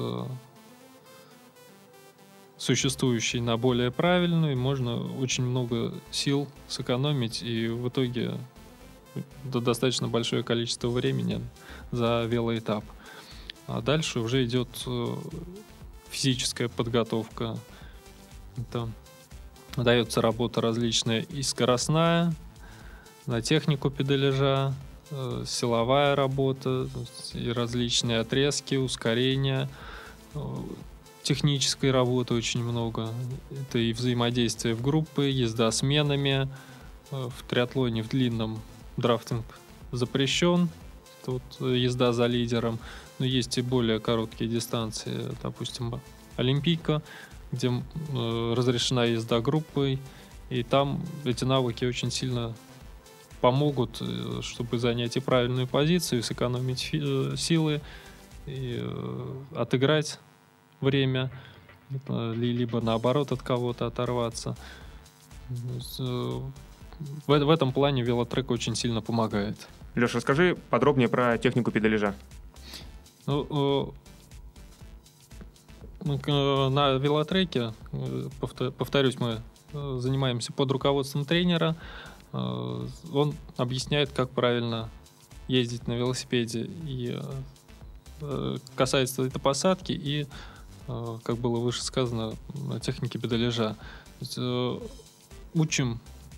D: существующей на более правильную, можно очень много сил сэкономить и в итоге достаточно большое количество времени за велоэтап. А дальше уже идет физическая подготовка. Это дается работа различная и скоростная, на технику педаляжа, силовая работа, и различные отрезки, ускорения, технической работы очень много. Это и взаимодействие в группы, езда сменами. В триатлоне в длинном драфтинг запрещен. Тут езда за лидером. Но есть и более короткие дистанции, допустим, Олимпийка, где э, разрешена езда группой. И там эти навыки очень сильно помогут, чтобы занять и правильную позицию, сэкономить фи- силы, и э, отыграть время, либо наоборот от кого-то оторваться. В, в этом плане велотрек очень сильно помогает.
C: Леша, расскажи подробнее про технику педаляжа.
D: Ну, на велотреке, повторюсь, мы занимаемся под руководством тренера. Он объясняет, как правильно ездить на велосипеде. И касается это посадки и, как было выше сказано, техники педаляжа. Учим,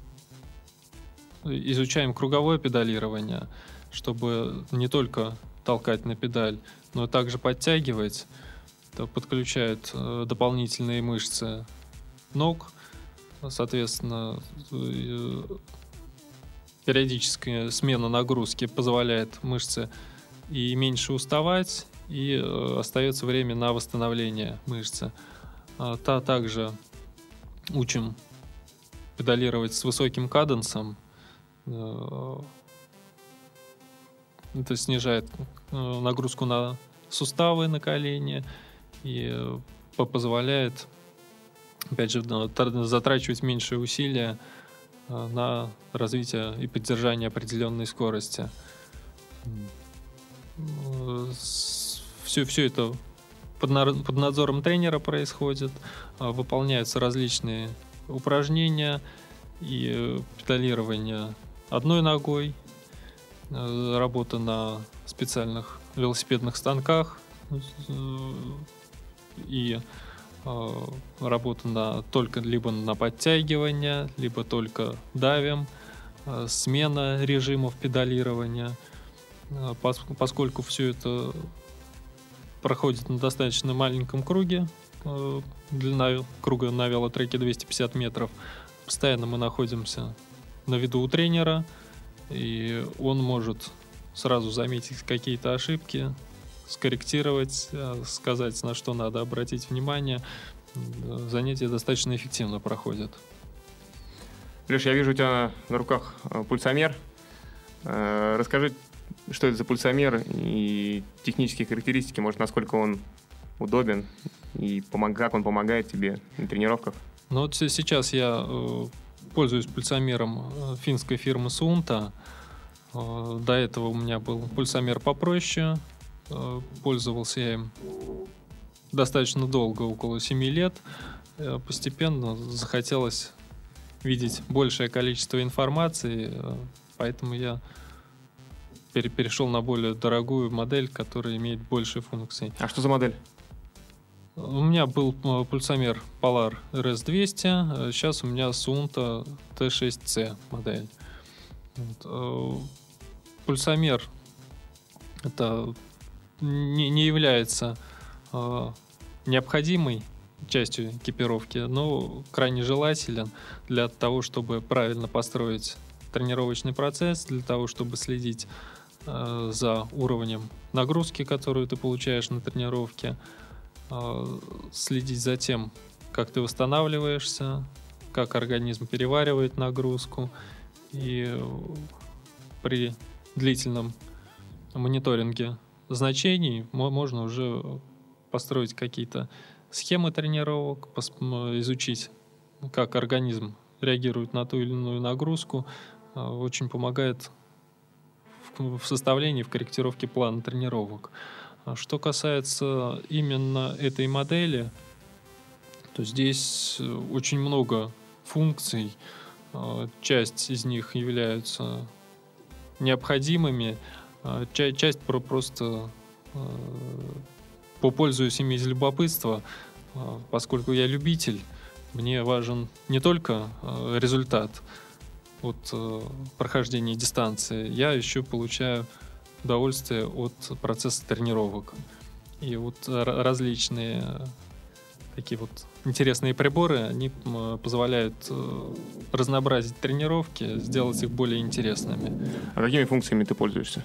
D: изучаем круговое педалирование, чтобы не только толкать на педаль, но также подтягивать. Это подключают э, дополнительные мышцы ног, соответственно, э, периодическая смена нагрузки позволяет мышце и меньше уставать, и э, остается время на восстановление мышцы. А, та также учим педалировать с высоким каденсом. Э, это снижает э, нагрузку на суставы, на колени, и позволяет опять же, затрачивать меньшие усилия на развитие и поддержание определенной скорости. Все, все это под, под надзором тренера происходит, выполняются различные упражнения и педалирование одной ногой, работа на специальных велосипедных станках и работа на, только либо на подтягивание, либо только давим, смена режимов педалирования. Поскольку все это проходит на достаточно маленьком круге, длина круга на велотреке двести пятьдесят метров, постоянно мы находимся на виду у тренера, и он может сразу заметить какие-то ошибки, скорректировать, сказать, на что надо обратить внимание. Занятия достаточно эффективно проходят.
C: Леш, я вижу у тебя на руках пульсомер. Расскажи, что это за пульсомер и технические характеристики, может, насколько он удобен и как он помогает тебе на тренировках?
D: Ну вот сейчас я пользуюсь пульсомером финской фирмы Suunto. До этого у меня был пульсомер попроще. Пользовался я им достаточно долго, около семи лет. Постепенно захотелось видеть большее количество информации, поэтому я перешел на более дорогую модель, которая имеет больше функций.
C: А что за модель?
D: У меня был пульсомер Polar эр эс двести, сейчас у меня Suunto ти шесть си модель. Вот. Пульсомер это не, не является э, необходимой частью экипировки, но крайне желателен для того, чтобы правильно построить тренировочный процесс, для того, чтобы следить э, за уровнем нагрузки, которую ты получаешь на тренировке, э, следить за тем, как ты восстанавливаешься, как организм переваривает нагрузку, и при длительном мониторинге значений можно уже построить какие-то схемы тренировок, изучить, как организм реагирует на ту или иную нагрузку. Очень помогает в составлении, в корректировке плана тренировок. Что касается именно этой модели, то здесь очень много функций. Часть из них являются необходимыми, часть просто попользуюсь ими из любопытства, поскольку я любитель. Мне важен не только результат от прохождения дистанции, я еще получаю удовольствие от процесса тренировок. И вот различные такие вот интересные приборы, они позволяют разнообразить тренировки, сделать их более интересными.
C: А какими функциями ты пользуешься?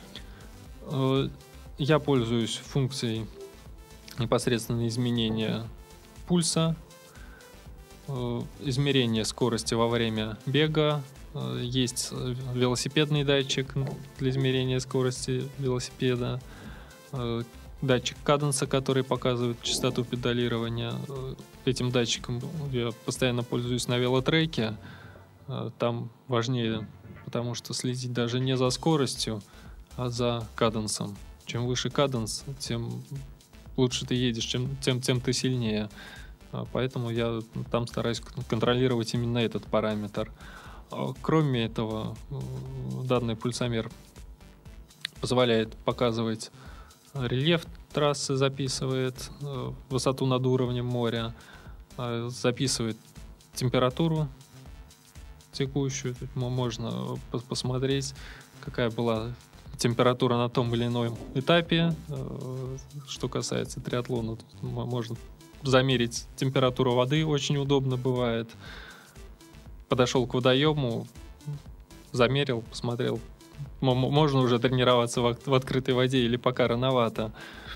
D: Я пользуюсь функцией непосредственно изменения пульса, измерение скорости во время бега. Есть велосипедный датчик для измерения скорости велосипеда, датчик каденса, который показывает частоту педалирования. Этим датчиком я постоянно пользуюсь на велотреке. Там важнее, потому что следить даже не за скоростью, а за каденсом. Чем выше каденс, тем лучше ты едешь, чем, тем, тем ты сильнее. Поэтому я там стараюсь контролировать именно этот параметр. Кроме этого, данный пульсомер позволяет показывать рельеф трассы, записывает высоту над уровнем моря, записывает температуру текущую. Можно посмотреть, какая была температура на том или ином этапе. Что касается триатлона, можно замерить температуру воды, очень удобно бывает. Подошел к водоему, замерил, посмотрел. Можно уже тренироваться в, в открытой воде или пока рановато.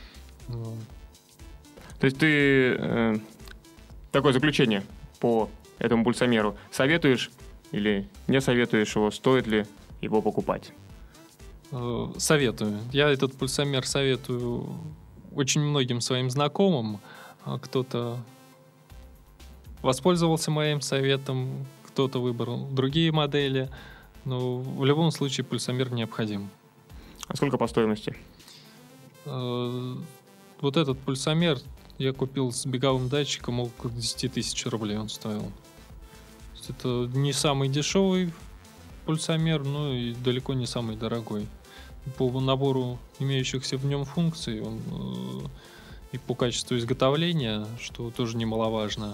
C: То есть ты э, такое заключение по этому пульсомеру советуешь или не советуешь его, стоит ли его покупать?
D: Э, советую. Я этот пульсомер советую очень многим своим знакомым. Кто-то воспользовался моим советом, кто-то выбрал другие модели. Но в любом случае пульсомер необходим.
C: А сколько по стоимости?
D: Э, Вот этот пульсомер я купил с беговым датчиком, около десять тысяч рублей он стоил. То есть это не самый дешевый пульсомер, но и далеко не самый дорогой. По набору имеющихся в нем функций он, э, и по качеству изготовления, что тоже немаловажно,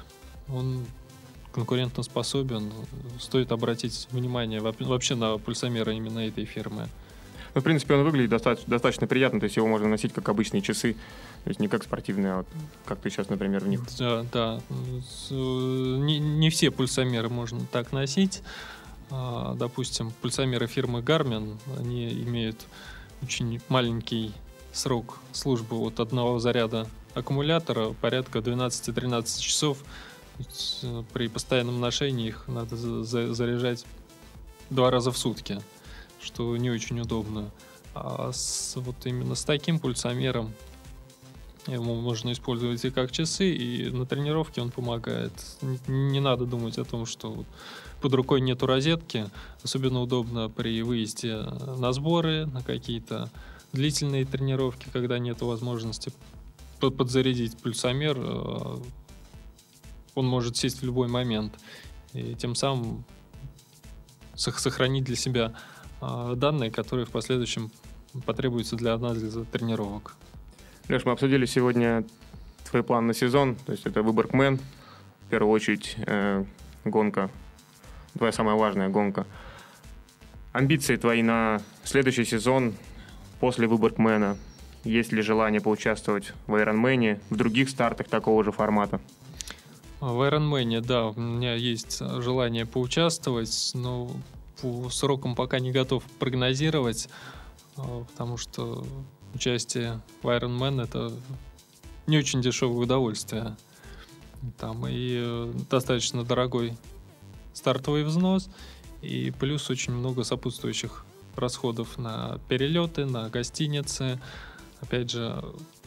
D: он конкурентоспособен. Стоит обратить внимание вообще на пульсомеры именно этой фирмы.
C: Ну, в принципе, он выглядит достаточно, достаточно приятно, то есть его можно носить как обычные часы, то есть не как спортивные, а вот как ты сейчас, например, в них.
D: Да, да. С- Не, не все пульсомеры можно так носить. А, Допустим, пульсомеры фирмы Garmin, они имеют очень маленький срок службы от одного заряда аккумулятора, порядка двенадцать-тринадцать часов. То есть, э, При постоянном ношении их надо за- за- заряжать два раза в сутки, что не очень удобно. А с, вот именно с таким пульсомером его можно использовать и как часы, и на тренировке он помогает. Не, не надо думать о том, что вот под рукой нету розетки. Особенно удобно при выезде на сборы, на какие-то длительные тренировки, когда нет возможности под- подзарядить пульсомер. э, Он может сесть в любой момент. И тем самым сох- сохранить для себя а, данные, которые в последующем потребуются для анализа тренировок.
C: Леш, мы обсудили сегодня твой план на сезон, то есть это Выборгмен, в первую очередь э, гонка, твоя самая важная гонка. Амбиции твои на следующий сезон после Выборгмена? Есть ли желание поучаствовать в Ironman, в других стартах такого же формата?
D: В Ironman, да, у меня есть желание поучаствовать, но по срокам пока не готов прогнозировать, а, потому что участие в Ironman — это не очень дешевое удовольствие. Там и э, достаточно дорогой стартовый взнос, и плюс очень много сопутствующих расходов на перелеты, на гостиницы. Опять же,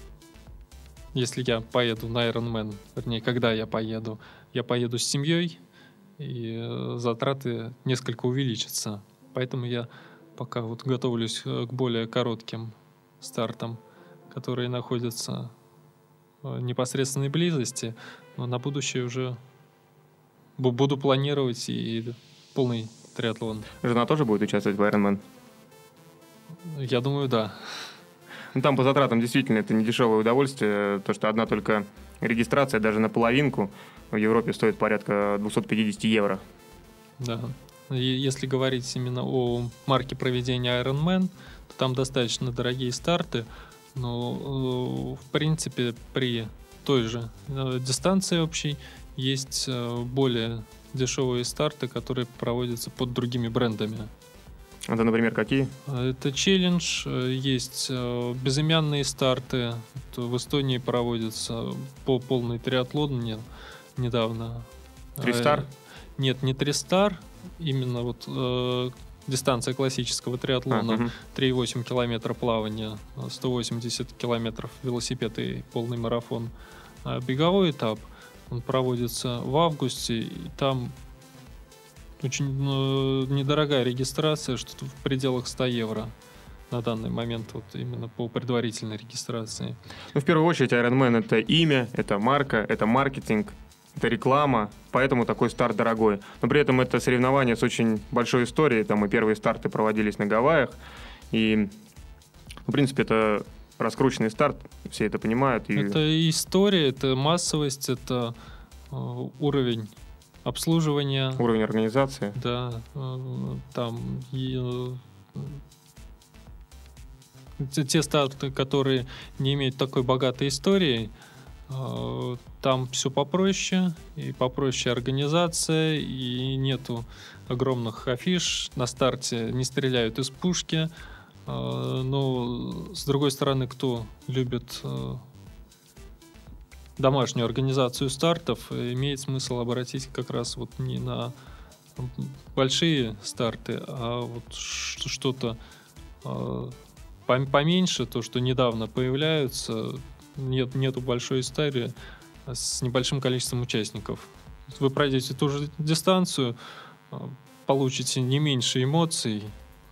D: если я поеду на Ironman, вернее, когда я поеду, я поеду с семьей, и э, затраты несколько увеличатся. Поэтому я пока вот готовлюсь э, к более коротким стартам, которые находятся в непосредственной близости, но на будущее уже бу- буду планировать и полный триатлон.
C: Жена тоже будет участвовать в Ironman?
D: Я думаю, да.
C: Ну, там по затратам действительно это не дешевое удовольствие, то, что одна только регистрация даже на половинку в Европе стоит порядка двести пятьдесят евро.
D: Да. И если говорить именно о марке проведения Ironman, то там достаточно дорогие старты, но э, в принципе при той же э, дистанции общей есть э, более дешевые старты, которые проводятся под другими брендами.
C: Это, например, какие?
D: Это челлендж, э, есть э, безымянные старты. Это в Эстонии проводится по полный триатлон не- недавно.
C: Тристар?
D: Э, Нет, не Тристар, именно вот э, дистанция классического триатлона,
C: А, мгм.
D: три и восемь километра плавания, сто восемьдесят километров велосипед и полный марафон. А беговой этап, он проводится в августе, и там очень э, недорогая регистрация, что-то в пределах ста евро на данный момент, вот именно по предварительной регистрации.
C: Ну, в первую очередь, Ironman — это имя, это марка, это маркетинг, это реклама, поэтому такой старт дорогой. Но при этом это соревнование с очень большой историей, там и первые старты проводились на Гавайях, и, в принципе, это раскрученный старт, все это понимают. И...
D: Это история, это массовость, это э, уровень обслуживания.
C: Уровень организации.
D: Да, э, там и, э, те, те старты, которые не имеют такой богатой истории, э, там все попроще, и попроще организация, и нету огромных афиш на старте, не стреляют из пушки. Э, но, с другой стороны, кто любит э, домашнюю организацию стартов, имеет смысл обратить как раз вот не на большие старты, а вот ш- что-то э, пом- поменьше, то, что недавно появляются, нет, нету большой истории, с небольшим количеством участников. Вы пройдете ту же дистанцию, получите не меньше эмоций,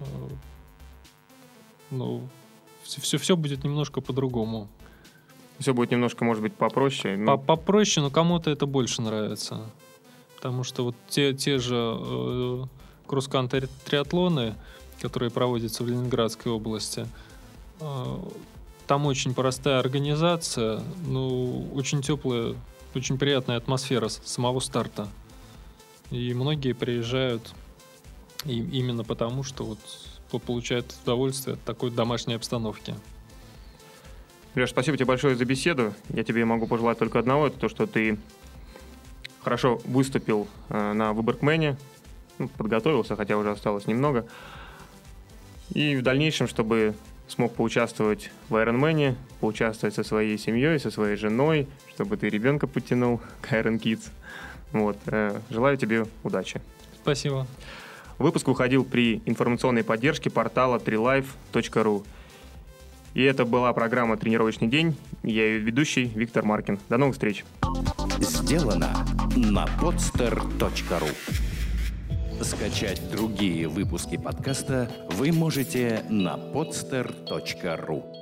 D: ну, все, все будет немножко по-другому.
C: Все будет немножко, может быть, попроще.
D: Но... Попроще, но кому-то это больше нравится. Потому что вот те, те же э, кросс-кантри триатлоны, которые проводятся в Ленинградской области, э, там очень простая организация, ну, очень теплая, очень приятная атмосфера с самого старта. И многие приезжают и, именно потому, что вот получают удовольствие от такой домашней обстановки.
C: Леш, спасибо тебе большое за беседу. Я тебе могу пожелать только одного, это то, что ты хорошо выступил э, на Выборгмене, ну, подготовился, хотя уже осталось немного. И в дальнейшем, чтобы смог поучаствовать в Ironman, поучаствовать со своей семьей, со своей женой, чтобы ты ребенка подтянул к Iron Kids. Вот. Э, желаю тебе удачи.
D: Спасибо.
C: Выпуск выходил при информационной поддержке портала три лайф точка ру. И это была программа «Тренировочный день». Я ее ведущий Виктор Маркин. До новых встреч.
A: Сделано на podster точка ру. Скачать другие выпуски подкаста вы можете на podster точка ру.